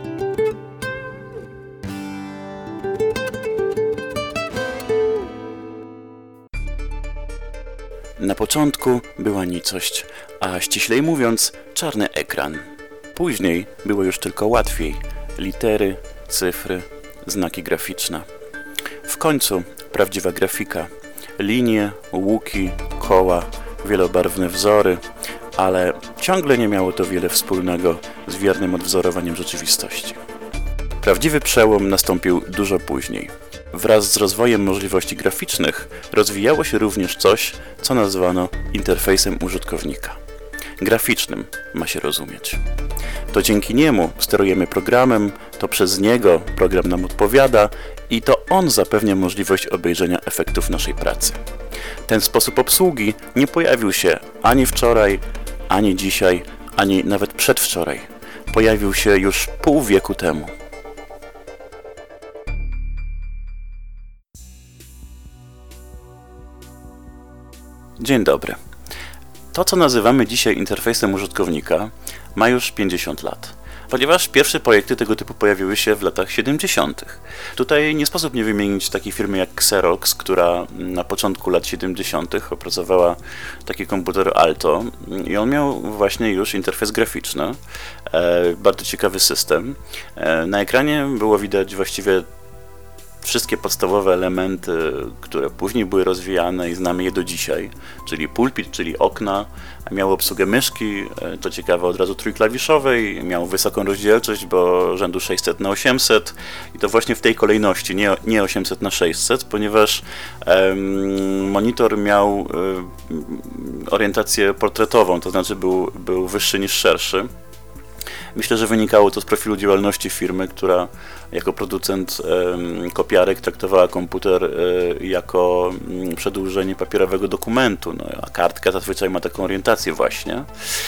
Na początku była nicość, a ściślej mówiąc czarny ekran. Później było już tylko łatwiej. Litery, cyfry, znaki graficzne. W końcu prawdziwa grafika. Linie, łuki, koła, wielobarwne wzory, ale ciągle nie miało to wiele wspólnego z wiernym odwzorowaniem rzeczywistości. Prawdziwy przełom nastąpił dużo później. Wraz z rozwojem możliwości graficznych rozwijało się również coś, co nazwano interfejsem użytkownika. Graficznym ma się rozumieć. To dzięki niemu sterujemy programem, to przez niego program nam odpowiada i to on zapewnia możliwość obejrzenia efektów naszej pracy. Ten sposób obsługi nie pojawił się ani wczoraj, ani dzisiaj, ani nawet przedwczoraj. Pojawił się już pół wieku temu. Dzień dobry. To, co nazywamy dzisiaj interfejsem użytkownika, ma już 50 lat, ponieważ pierwsze projekty tego typu pojawiły się w latach 70. Tutaj nie sposób nie wymienić takiej firmy jak Xerox, która na początku lat 70. opracowała taki komputer Alto i on miał właśnie już interfejs graficzny, bardzo ciekawy system. Na ekranie było widać właściwie wszystkie podstawowe elementy, które później były rozwijane i znamy je do dzisiaj, czyli pulpit, czyli okna, miało obsługę myszki, to ciekawe od razu trójklawiszowej, miał wysoką rozdzielczość, bo rzędu 600x800 i to właśnie w tej kolejności, nie 800x600, ponieważ monitor miał orientację portretową, to znaczy był wyższy niż szerszy. Myślę, że wynikało to z profilu działalności firmy, która jako producent kopiarek traktowała komputer jako przedłużenie papierowego dokumentu, no, a kartka zazwyczaj ma taką orientację właśnie.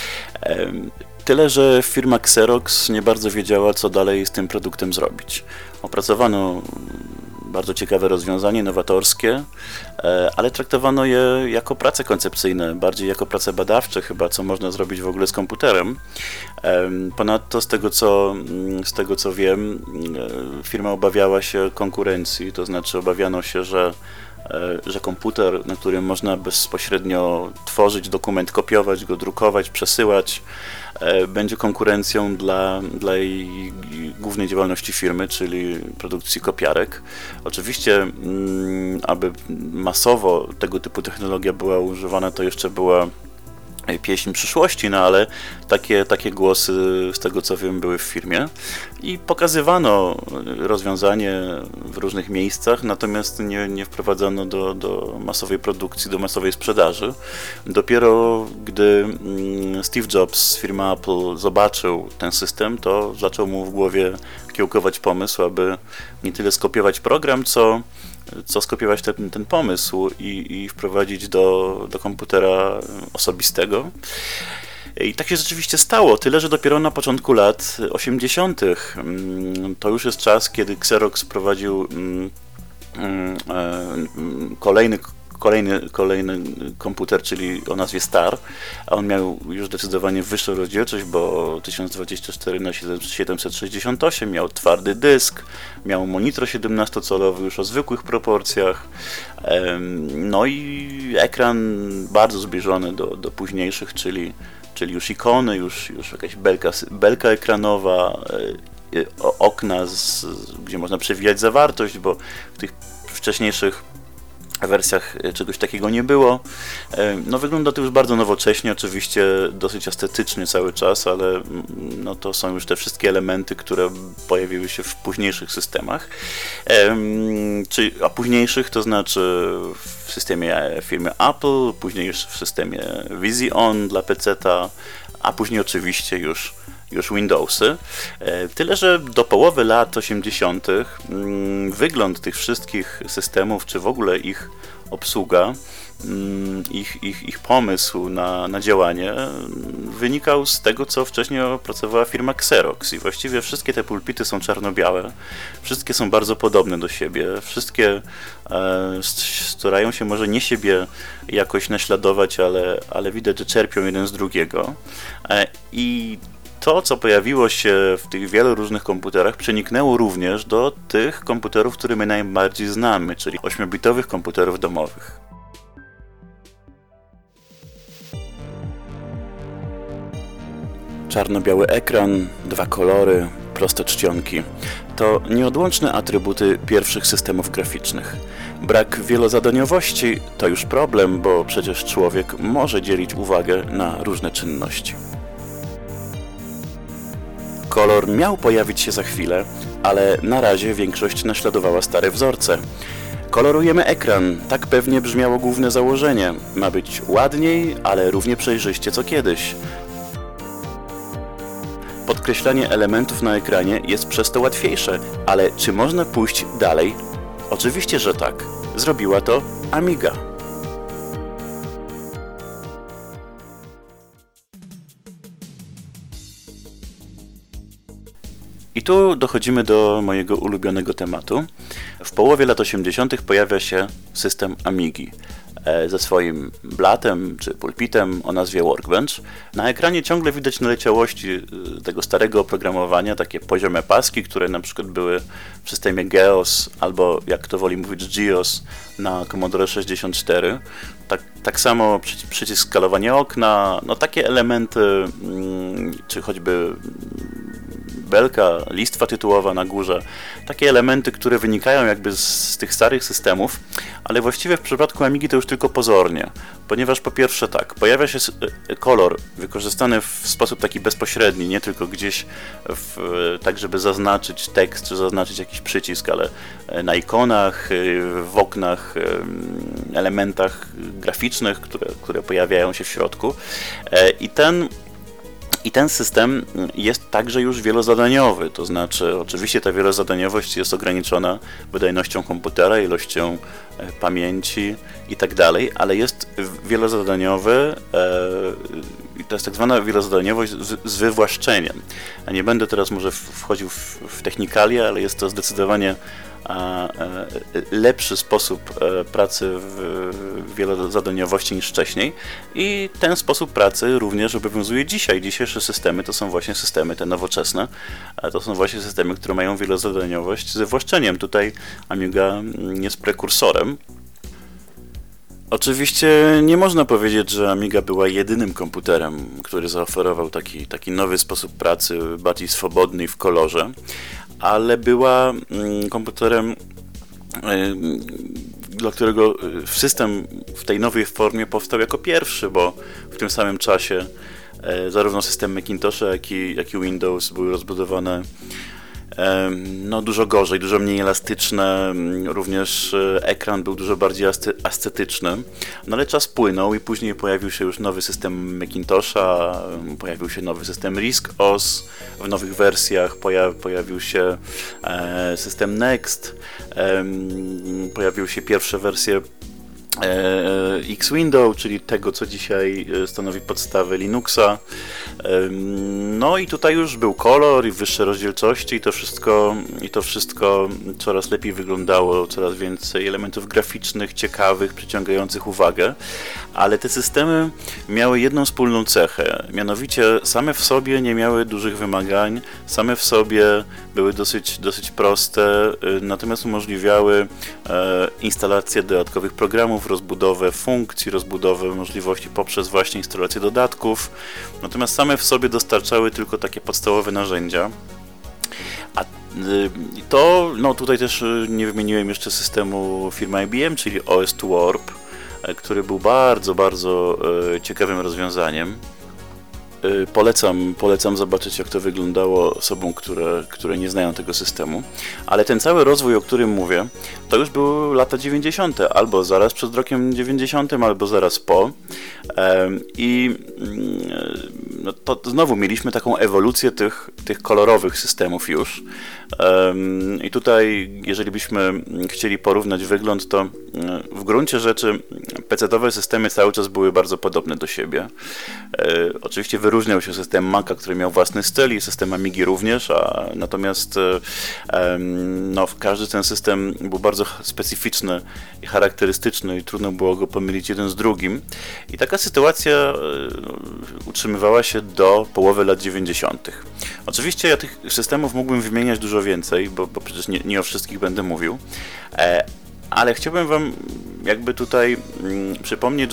Tyle, że firma Xerox nie bardzo wiedziała, co dalej z tym produktem zrobić. Opracowano bardzo ciekawe rozwiązanie, nowatorskie, ale traktowano je jako prace koncepcyjne, bardziej jako prace badawcze chyba, co można zrobić w ogóle z komputerem. Ponadto z tego co wiem, firma obawiała się konkurencji, to znaczy obawiano się, że komputer, na którym można bezpośrednio tworzyć dokument, kopiować go, drukować, przesyłać, będzie konkurencją dla jej głównej działalności firmy, czyli produkcji kopiarek. Oczywiście, aby masowo tego typu technologia była używana, to jeszcze była pieśń przyszłości, no ale takie głosy, z tego co wiem, były w firmie i pokazywano rozwiązanie w różnych miejscach, natomiast nie wprowadzano do masowej produkcji, do masowej sprzedaży. Dopiero gdy Steve Jobs z firmy Apple zobaczył ten system, to zaczął mu w głowie kiełkować pomysł, aby nie tyle skopiować program, co skopiować ten pomysł i wprowadzić do komputera osobistego. I tak się rzeczywiście stało, tyle że dopiero na początku lat 80. To już jest czas, kiedy Xerox prowadził kolejny komputer, czyli o nazwie Star, a on miał już zdecydowanie wyższą rozdzielczość, bo 1024x768, miał twardy dysk, miał monitor 17-calowy już o zwykłych proporcjach, no i ekran bardzo zbliżony do późniejszych, czyli już ikony, już jakaś belka ekranowa, okna, gdzie można przewijać zawartość, bo w tych wcześniejszych wersjach czegoś takiego nie było. No wygląda to już bardzo nowocześnie, oczywiście dosyć estetycznie cały czas, ale no to są już te wszystkie elementy, które pojawiły się w późniejszych systemach. A późniejszych to znaczy w systemie firmy Apple, później już w systemie Vision dla PC-ta, a później oczywiście już Windowsy. Tyle, że do połowy lat 80. wygląd tych wszystkich systemów, czy w ogóle ich obsługa, ich pomysł na działanie wynikał z tego, co wcześniej opracowała firma Xerox. I właściwie wszystkie te pulpity są czarno-białe, wszystkie są bardzo podobne do siebie, wszystkie starają się może nie siebie jakoś naśladować, ale widać, że czerpią jeden z drugiego. I to, co pojawiło się w tych wielu różnych komputerach, przeniknęło również do tych komputerów, które my najbardziej znamy, czyli 8-bitowych komputerów domowych. Czarno-biały ekran, 2 kolory, proste czcionki to nieodłączne atrybuty pierwszych systemów graficznych. Brak wielozadaniowości to już problem, bo przecież człowiek może dzielić uwagę na różne czynności. Kolor miał pojawić się za chwilę, ale na razie większość naśladowała stare wzorce. Kolorujemy ekran, tak pewnie brzmiało główne założenie. Ma być ładniej, ale równie przejrzyście co kiedyś. Podkreślanie elementów na ekranie jest przez to łatwiejsze, ale czy można pójść dalej? Oczywiście, że tak. Zrobiła to Amiga. I tu dochodzimy do mojego ulubionego tematu. W połowie lat 80. pojawia się system Amigi ze swoim blatem czy pulpitem o nazwie Workbench. Na ekranie ciągle widać naleciałości tego starego oprogramowania, takie poziome paski, które na przykład były w systemie GEOS albo, jak to woli mówić, GEOS na Commodore 64. Tak samo przycisk skalowania okna, no takie elementy, czy choćby belka, listwa tytułowa na górze, takie elementy, które wynikają jakby z tych starych systemów, ale właściwie w przypadku Amigi to już tylko pozornie, ponieważ po pierwsze tak, pojawia się kolor wykorzystany w sposób taki bezpośredni, nie tylko gdzieś tak, żeby zaznaczyć tekst, czy zaznaczyć jakiś przycisk, ale na ikonach, w oknach, elementach graficznych, które pojawiają się w środku. I ten system jest także już wielozadaniowy, to znaczy oczywiście ta wielozadaniowość jest ograniczona wydajnością komputera, ilością pamięci i tak dalej, ale jest wielozadaniowy i to jest tak zwana wielozadaniowość z wywłaszczeniem. Ja nie będę teraz może wchodził w technikalia, ale jest to zdecydowanie lepszy sposób pracy w wielozadaniowości niż wcześniej i ten sposób pracy również obowiązuje dzisiaj. Dzisiejsze systemy to są właśnie systemy te nowoczesne, to są właśnie systemy, które mają wielozadaniowość z wywłaszczeniem. Tutaj Amiga jest prekursorem. Oczywiście nie można powiedzieć, że Amiga była jedynym komputerem, który zaoferował taki nowy sposób pracy, bardziej swobodny i w kolorze, ale była komputerem, dla którego system w tej nowej formie powstał jako pierwszy, bo w tym samym czasie zarówno system Macintosha, jak i Windows były rozbudowane dużo gorzej, dużo mniej elastyczne, również ekran był dużo bardziej ascetyczny, no ale czas płynął i później pojawił się już nowy system Macintosha, pojawił się nowy system RISC-OS, w nowych wersjach pojawił się system Next, pojawiły się pierwsze wersje X-Window, czyli tego, co dzisiaj stanowi podstawę Linuxa. No i tutaj już był kolor i wyższe rozdzielczości i to wszystko coraz lepiej wyglądało, coraz więcej elementów graficznych, ciekawych, przyciągających uwagę, ale te systemy miały jedną wspólną cechę, mianowicie same w sobie nie miały dużych wymagań, same w sobie były dosyć proste, natomiast umożliwiały instalację dodatkowych programów, rozbudowę funkcji, rozbudowę możliwości poprzez właśnie instalację dodatków, natomiast same w sobie dostarczały tylko takie podstawowe narzędzia. Tutaj też nie wymieniłem jeszcze systemu firmy IBM, czyli OS2 Warp, który był bardzo, bardzo ciekawym rozwiązaniem. Polecam zobaczyć, jak to wyglądało osobom, które nie znają tego systemu. Ale ten cały rozwój, o którym mówię, to już były lata 90. albo zaraz przed rokiem 90, albo zaraz po. To znowu mieliśmy taką ewolucję tych kolorowych systemów już. I tutaj, jeżeli byśmy chcieli porównać wygląd, to w gruncie rzeczy PC-owe systemy cały czas były bardzo podobne do siebie. Oczywiście wyróżniał się system Maca, który miał własny styl i system Amigi również, natomiast no, każdy ten system był bardzo specyficzny i charakterystyczny i trudno było go pomylić jeden z drugim. I taka sytuacja utrzymywała się do połowy lat 90. Oczywiście ja tych systemów mógłbym wymieniać dużo więcej, bo przecież nie o wszystkich będę mówił, ale chciałbym wam jakby tutaj przypomnieć,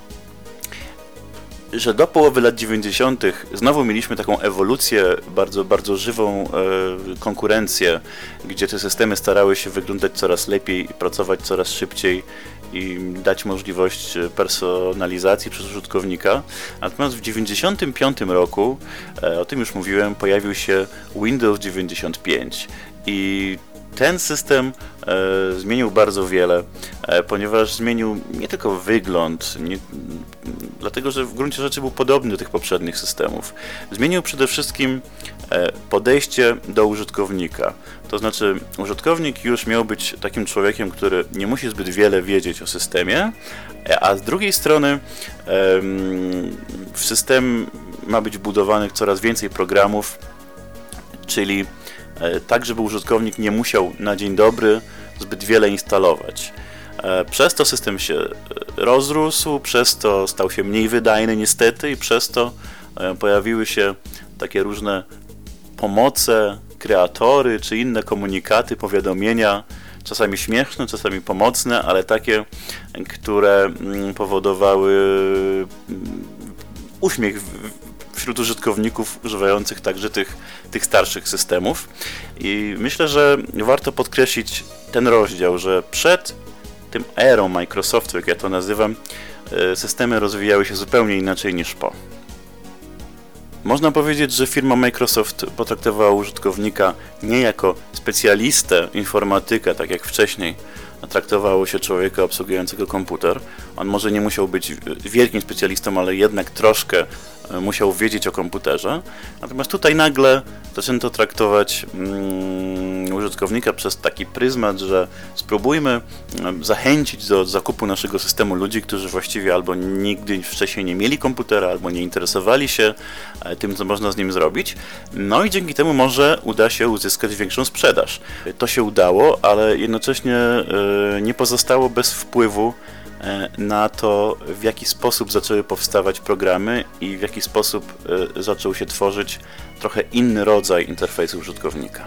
że do połowy lat 90. znowu mieliśmy taką ewolucję, bardzo, bardzo żywą konkurencję, gdzie te systemy starały się wyglądać coraz lepiej, pracować coraz szybciej i dać możliwość personalizacji przez użytkownika. Natomiast w 95 roku, o tym już mówiłem, pojawił się Windows 95 i ten system zmienił bardzo wiele, ponieważ zmienił nie tylko wygląd, dlatego że w gruncie rzeczy był podobny do tych poprzednich systemów. Zmienił przede wszystkim podejście do użytkownika. To znaczy, użytkownik już miał być takim człowiekiem, który nie musi zbyt wiele wiedzieć o systemie, a z drugiej strony w system ma być budowanych coraz więcej programów, czyli tak, żeby użytkownik nie musiał na dzień dobry zbyt wiele instalować. Przez to system się rozrósł, przez to stał się mniej wydajny niestety i przez to pojawiły się takie różne pomoce, kreatory czy inne komunikaty, powiadomienia, czasami śmieszne, czasami pomocne, ale takie, które powodowały uśmiech wśród użytkowników używających także tych starszych systemów. I myślę, że warto podkreślić ten rozdział, że przed tym erą Microsoftu, jak ja to nazywam, systemy rozwijały się zupełnie inaczej niż po. Można powiedzieć, że firma Microsoft potraktowała użytkownika nie jako specjalistę informatyka, tak jak wcześniej traktowało się człowieka obsługującego komputer. On może nie musiał być wielkim specjalistą, ale jednak troszkę musiał wiedzieć o komputerze. Natomiast tutaj nagle zaczęto traktować użytkownika przez taki pryzmat, że spróbujmy zachęcić do zakupu naszego systemu ludzi, którzy właściwie albo nigdy wcześniej nie mieli komputera, albo nie interesowali się tym, co można z nim zrobić. No i dzięki temu może uda się uzyskać większą sprzedaż. To się udało, ale jednocześnie nie pozostało bez wpływu na to, w jaki sposób zaczęły powstawać programy i w jaki sposób zaczął się tworzyć trochę inny rodzaj interfejsu użytkownika.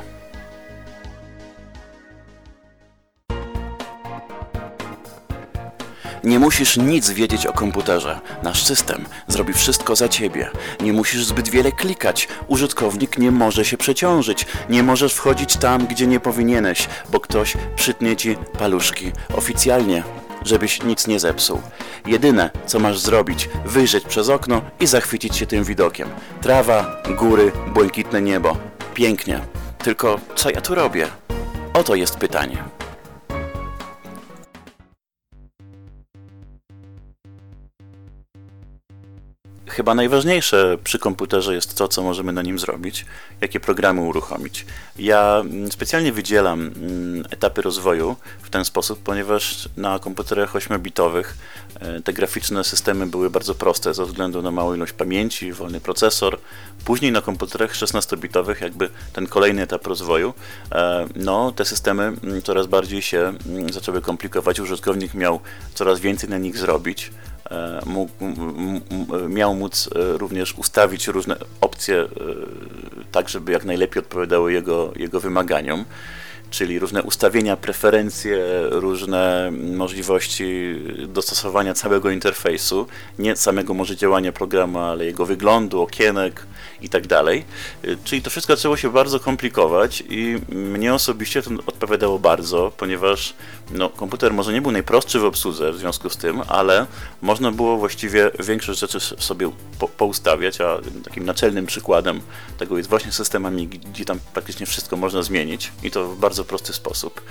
Nie musisz nic wiedzieć o komputerze. Nasz system zrobi wszystko za ciebie. Nie musisz zbyt wiele klikać. Użytkownik nie może się przeciążyć. Nie możesz wchodzić tam, gdzie nie powinieneś, bo ktoś przytnie ci paluszki oficjalnie, żebyś nic nie zepsuł. Jedyne, co masz zrobić, wyjrzeć przez okno i zachwycić się tym widokiem. Trawa, góry, błękitne niebo. Pięknie. Tylko co ja tu robię? Oto jest pytanie. Chyba najważniejsze przy komputerze jest to, co możemy na nim zrobić, jakie programy uruchomić. Ja specjalnie wydzielam etapy rozwoju w ten sposób, ponieważ na komputerach 8-bitowych te graficzne systemy były bardzo proste ze względu na małą ilość pamięci, wolny procesor. Później na komputerach 16-bitowych, jakby ten kolejny etap rozwoju, no te systemy coraz bardziej się zaczęły komplikować, użytkownik miał coraz więcej na nich zrobić. Miał móc również ustawić różne opcje tak, żeby jak najlepiej odpowiadały jego wymaganiom, czyli różne ustawienia, preferencje, różne możliwości dostosowania całego interfejsu, nie samego może działania programu, ale jego wyglądu, okienek i tak dalej. Czyli to wszystko zaczęło się bardzo komplikować i mnie osobiście to odpowiadało bardzo, ponieważ no, komputer może nie był najprostszy w obsłudze w związku z tym, ale można było właściwie większość rzeczy sobie poustawiać, a takim naczelnym przykładem tego jest właśnie system Amigi, gdzie tam praktycznie wszystko można zmienić i to w bardzo prosty sposób.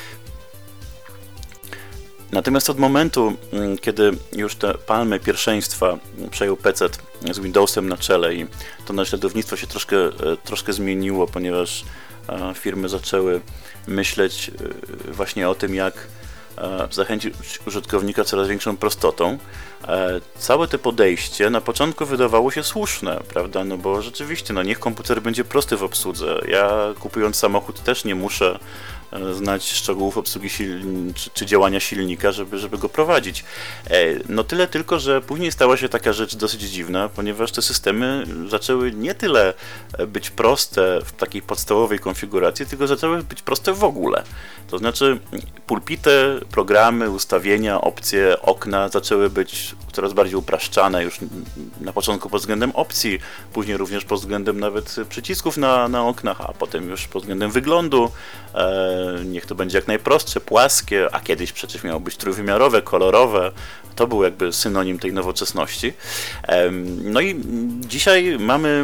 Natomiast od momentu, kiedy już te palmy pierwszeństwa przejął PC z Windowsem na czele i to naśladownictwo się troszkę zmieniło, ponieważ firmy zaczęły myśleć właśnie o tym, jak zachęcić użytkownika coraz większą prostotą, Całe to podejście na początku wydawało się słuszne, prawda? No bo rzeczywiście, no niech komputer będzie prosty w obsłudze. Ja kupując samochód też nie muszę znać szczegółów obsługi czy działania silnika, żeby go prowadzić. No tyle tylko, że później stała się taka rzecz dosyć dziwna, ponieważ te systemy zaczęły nie tyle być proste w takiej podstawowej konfiguracji, tylko zaczęły być proste w ogóle. To znaczy pulpity, programy, ustawienia, opcje, okna zaczęły być coraz bardziej upraszczane już na początku pod względem opcji, później również pod względem nawet przycisków na oknach, a potem już pod względem wyglądu. Niech to będzie jak najprostsze, płaskie, a kiedyś przecież miało być trójwymiarowe, kolorowe. To był jakby synonim tej nowoczesności. No i dzisiaj mamy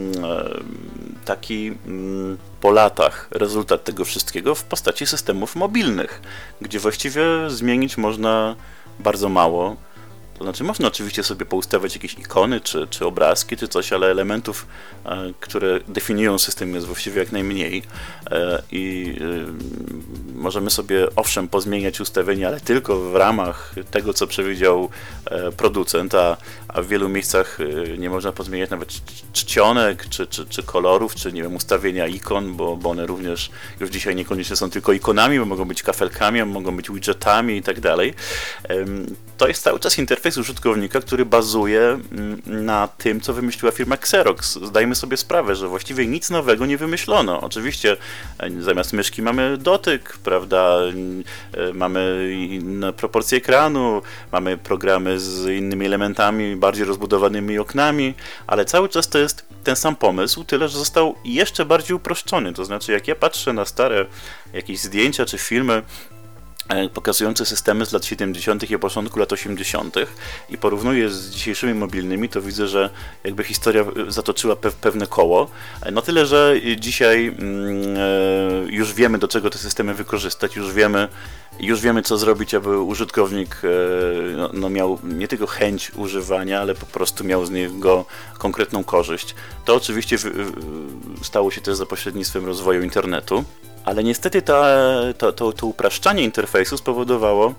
taki po latach rezultat tego wszystkiego w postaci systemów mobilnych, gdzie właściwie zmienić można bardzo mało. To znaczy można oczywiście sobie poustawiać jakieś ikony, czy obrazki, czy coś, ale elementów, które definiują system, jest właściwie jak najmniej i możemy sobie owszem pozmieniać ustawienia, ale tylko w ramach tego, co przewidział producent, a w wielu miejscach nie można pozmieniać nawet czcionek, czy kolorów, czy nie wiem, ustawienia ikon, bo one również już dzisiaj niekoniecznie są tylko ikonami, bo mogą być kafelkami, mogą być widgetami i tak dalej. To jest cały czas interfejs użytkownika, który bazuje na tym, co wymyśliła firma Xerox. Zdajmy sobie sprawę, że właściwie nic nowego nie wymyślono. Oczywiście zamiast myszki mamy dotyk, prawda, mamy inne proporcje ekranu, mamy programy z innymi elementami, bardziej rozbudowanymi oknami, ale cały czas to jest ten sam pomysł, tyle że został jeszcze bardziej uproszczony. To znaczy, jak ja patrzę na stare jakieś zdjęcia czy filmy pokazujące systemy z lat 70. i początku lat 80. i porównuję z dzisiejszymi mobilnymi, to widzę, że jakby historia zatoczyła pewne koło. No tyle, że dzisiaj już wiemy, do czego te systemy wykorzystać, już wiemy, co zrobić, aby użytkownik miał nie tylko chęć używania, ale po prostu miał z niego konkretną korzyść. To oczywiście stało się też za pośrednictwem rozwoju internetu. Ale niestety to upraszczanie interfejsu spowodowało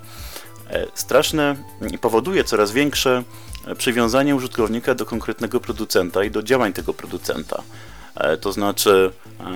powoduje coraz większe przywiązanie użytkownika do konkretnego producenta i do działań tego producenta. To znaczy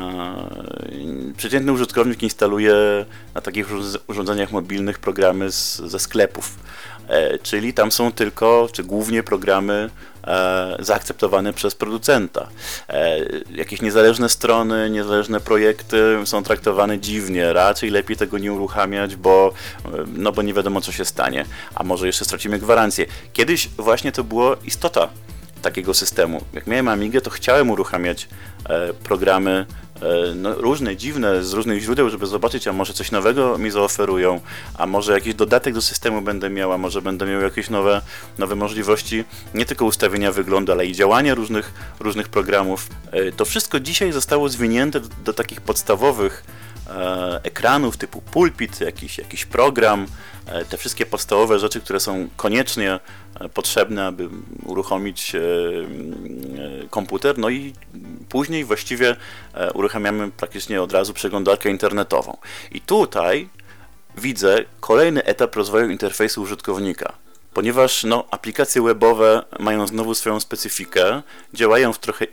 przeciętny użytkownik instaluje na takich urządzeniach mobilnych programy ze sklepów, czyli tam są tylko, czy głównie programy zaakceptowane przez producenta. Jakieś niezależne strony, niezależne projekty są traktowane dziwnie, raczej lepiej tego nie uruchamiać, bo nie wiadomo, co się stanie, a może jeszcze stracimy gwarancję. Kiedyś właśnie to była istota takiego systemu. Jak miałem Amigę, to chciałem uruchamiać programy różne, dziwne, z różnych źródeł, żeby zobaczyć, a może coś nowego mi zaoferują, a może jakiś dodatek do systemu będę miał, a może będę miał jakieś nowe możliwości, nie tylko ustawienia wyglądu, ale i działania różnych programów. To wszystko dzisiaj zostało zwinięte do takich podstawowych ekranów typu pulpit, jakiś program, te wszystkie podstawowe rzeczy, które są koniecznie potrzebne, aby uruchomić komputer, no i później właściwie uruchamiamy praktycznie od razu przeglądarkę internetową. I tutaj widzę kolejny etap rozwoju interfejsu użytkownika, ponieważ aplikacje webowe mają znowu swoją specyfikę, działają w trochę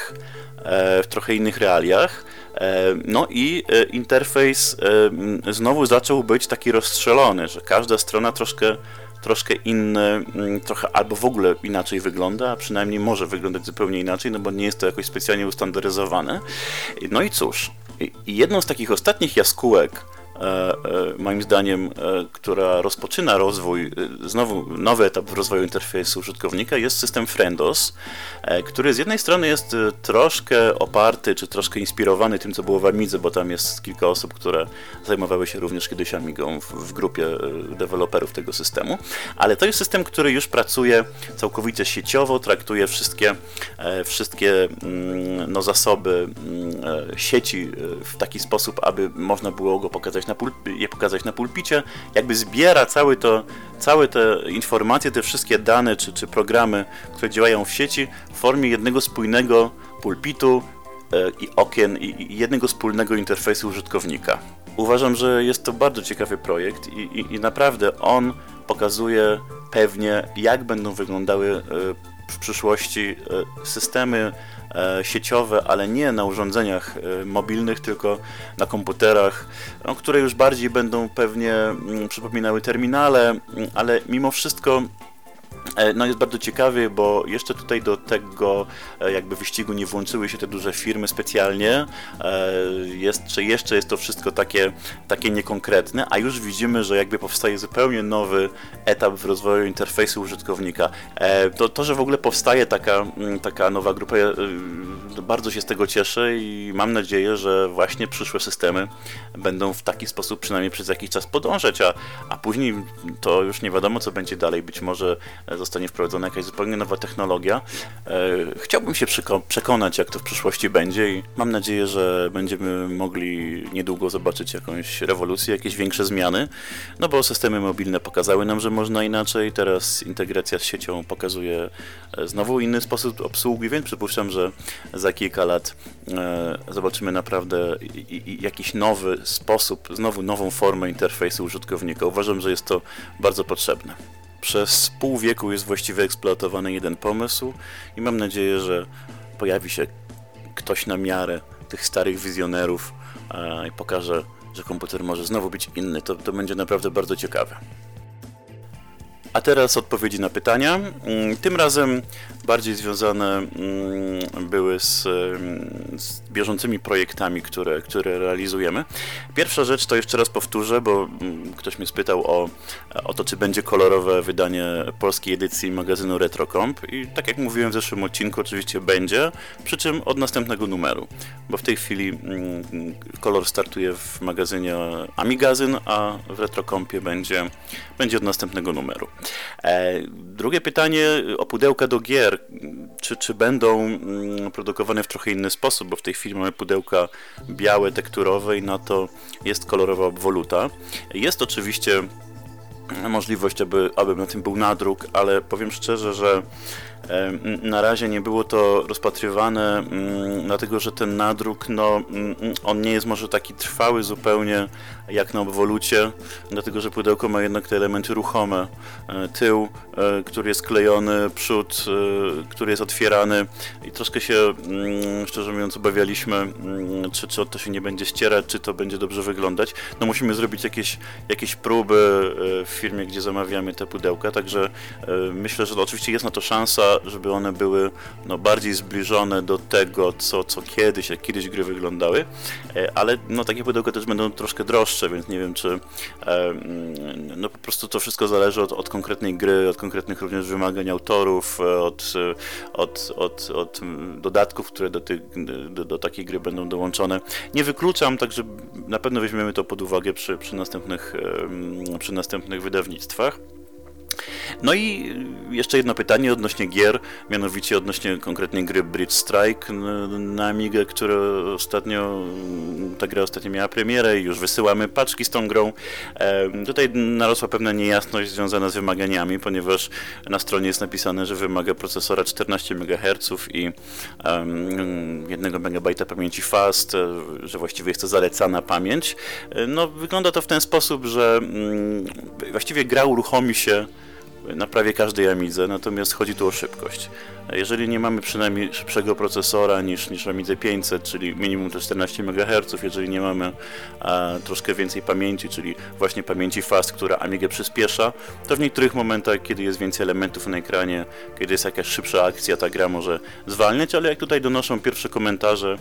innych realiach, i interfejs znowu zaczął być taki rozstrzelony, że każda strona troszkę inny, trochę albo w ogóle inaczej wygląda, a przynajmniej może wyglądać zupełnie inaczej, bo nie jest to jakoś specjalnie ustandaryzowane. No i cóż, jedną z takich ostatnich jaskółek, moim zdaniem, która rozpoczyna rozwój, znowu nowy etap w rozwoju interfejsu użytkownika, jest system Friendos, który z jednej strony jest troszkę oparty, czy troszkę inspirowany tym, co było w Amidze, bo tam jest kilka osób, które zajmowały się również kiedyś Amigą w grupie deweloperów tego systemu, ale to jest system, który już pracuje całkowicie sieciowo, traktuje wszystkie zasoby sieci w taki sposób, aby można było go pokazać na pulpicie, jakby zbiera całe te informacje, te wszystkie dane czy programy, które działają w sieci w formie jednego spójnego pulpitu i okien i jednego wspólnego interfejsu użytkownika. Uważam, że jest to bardzo ciekawy projekt i naprawdę on pokazuje pewnie, jak będą wyglądały w przyszłości systemy sieciowe, ale nie na urządzeniach mobilnych, tylko na komputerach, które już bardziej będą pewnie przypominały terminale, ale mimo wszystko jest bardzo ciekawie, bo jeszcze tutaj do tego jakby wyścigu nie włączyły się te duże firmy specjalnie. Jeszcze jest to wszystko takie niekonkretne, a już widzimy, że jakby powstaje zupełnie nowy etap w rozwoju interfejsu użytkownika. To że w ogóle powstaje taka nowa grupa, bardzo się z tego cieszę i mam nadzieję, że właśnie przyszłe systemy będą w taki sposób przynajmniej przez jakiś czas podążać, a później to już nie wiadomo, co będzie dalej. Być może zostanie wprowadzona jakaś zupełnie nowa technologia. Chciałbym się przekonać, jak to w przyszłości będzie i mam nadzieję, że będziemy mogli niedługo zobaczyć jakąś rewolucję, jakieś większe zmiany, bo systemy mobilne pokazały nam, że można inaczej, teraz integracja z siecią pokazuje znowu inny sposób obsługi, więc przypuszczam, że za kilka lat zobaczymy naprawdę jakiś nowy sposób, znowu nową formę interfejsu użytkownika. Uważam, że jest to bardzo potrzebne. Przez pół wieku jest właściwie eksploatowany jeden pomysł i mam nadzieję, że pojawi się ktoś na miarę tych starych wizjonerów i pokaże, że komputer może znowu być inny. To będzie naprawdę bardzo ciekawe. A teraz odpowiedzi na pytania. Tym razem bardziej związane były z bieżącymi projektami, które realizujemy. Pierwsza rzecz to jeszcze raz powtórzę, bo ktoś mnie spytał o to, czy będzie kolorowe wydanie polskiej edycji magazynu RetroComp i tak jak mówiłem w zeszłym odcinku, oczywiście będzie, przy czym od następnego numeru, bo w tej chwili kolor startuje w magazynie Amigazyn, a w RetroCompie będzie od następnego numeru. Drugie pytanie o pudełka do gier. Czy będą produkowane w trochę inny sposób, bo w tej chwili mamy pudełka białe, tekturowe i na to jest kolorowa obwoluta. Jest oczywiście możliwość, aby na tym był nadruk, ale powiem szczerze, że na razie nie było to rozpatrywane, dlatego że ten nadruk, on nie jest może taki trwały zupełnie jak na obwolucie, dlatego że pudełko ma jednak te elementy ruchome. Tył, który jest klejony, przód, który jest otwierany i troszkę się, szczerze mówiąc, obawialiśmy, czy to się nie będzie ścierać, czy to będzie dobrze wyglądać. Musimy zrobić jakieś próby w firmie, gdzie zamawiamy te pudełka, także myślę, że oczywiście jest na to szansa, żeby one były bardziej zbliżone do tego, co kiedyś, jak kiedyś gry wyglądały, ale takie pudełka też będą troszkę droższe, więc nie wiem, czy po prostu to wszystko zależy od konkretnej gry, od konkretnych również wymagań autorów, od dodatków, które do takiej gry będą dołączone. Nie wykluczam, także na pewno weźmiemy to pod uwagę przy następnych wydawnictwach. I jeszcze jedno pytanie odnośnie gier, mianowicie odnośnie konkretnej gry Bridge Strike na Amigę, ta gra ostatnio miała premierę i już wysyłamy paczki z tą grą. Tutaj narosła pewna niejasność związana z wymaganiami, ponieważ na stronie jest napisane, że wymaga procesora 14 MHz i 1 MB pamięci fast, że właściwie jest to zalecana pamięć. Wygląda to w ten sposób, że właściwie gra uruchomi się na prawie każdej Amidze, natomiast chodzi tu o szybkość. Jeżeli nie mamy przynajmniej szybszego procesora niż w Amidze 500, czyli minimum to 14 MHz, jeżeli nie mamy troszkę więcej pamięci, czyli właśnie pamięci fast, która Amigę przyspiesza, to w niektórych momentach, kiedy jest więcej elementów na ekranie, kiedy jest jakaś szybsza akcja, ta gra może zwalniać, ale jak tutaj donoszą pierwsze komentarze,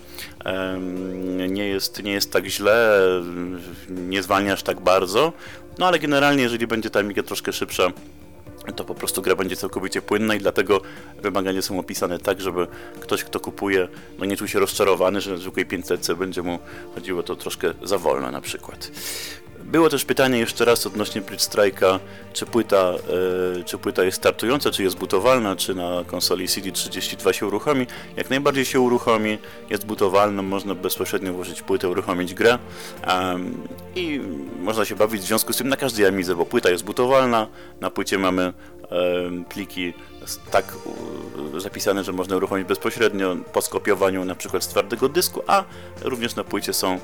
nie jest tak źle, nie zwalnia aż tak bardzo, ale generalnie jeżeli będzie ta Amiga troszkę szybsza, to po prostu gra będzie całkowicie płynna i dlatego wymagania są opisane tak, żeby ktoś, kto kupuje, nie czuł się rozczarowany, że na zwykłej 500 będzie mu chodziło to troszkę za wolno na przykład. Było też pytanie jeszcze raz odnośnie Bridge Strike'a, czy płyta jest startująca, czy jest bootowalna, czy na konsoli CD32 się uruchomi. Jak najbardziej się uruchomi, jest bootowalna, można bezpośrednio włożyć płytę, uruchomić grę i można się bawić w związku z tym na każdej Amidze, bo płyta jest bootowalna, na płycie mamy pliki jest tak zapisane, że można uruchomić bezpośrednio po skopiowaniu na przykład z twardego dysku, a również na płycie są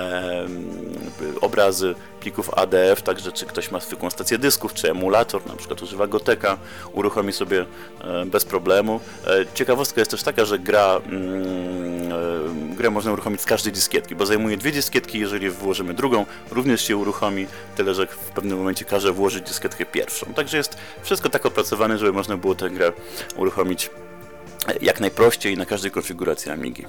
obrazy plików ADF, także czy ktoś ma zwykłą stację dysków, czy emulator, na przykład używa Goteka, uruchomi sobie bez problemu. Ciekawostka jest też taka, że grę można uruchomić z każdej dyskietki, bo zajmuje 2 dyskietki, jeżeli włożymy drugą, również się uruchomi, tyle że w pewnym momencie każe włożyć dyskietkę pierwszą. Także jest wszystko tak opracowane, żeby można było tę grę uruchomić jak najprościej na każdej konfiguracji Amigi.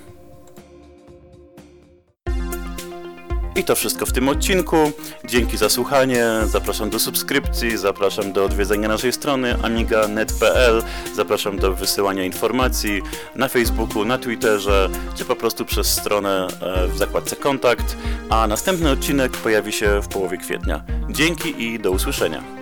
I to wszystko w tym odcinku. Dzięki za słuchanie, zapraszam do subskrypcji, zapraszam do odwiedzenia naszej strony amiga.net.pl, zapraszam do wysyłania informacji na Facebooku, na Twitterze, czy po prostu przez stronę w zakładce Kontakt, a następny odcinek pojawi się w połowie kwietnia. Dzięki i do usłyszenia.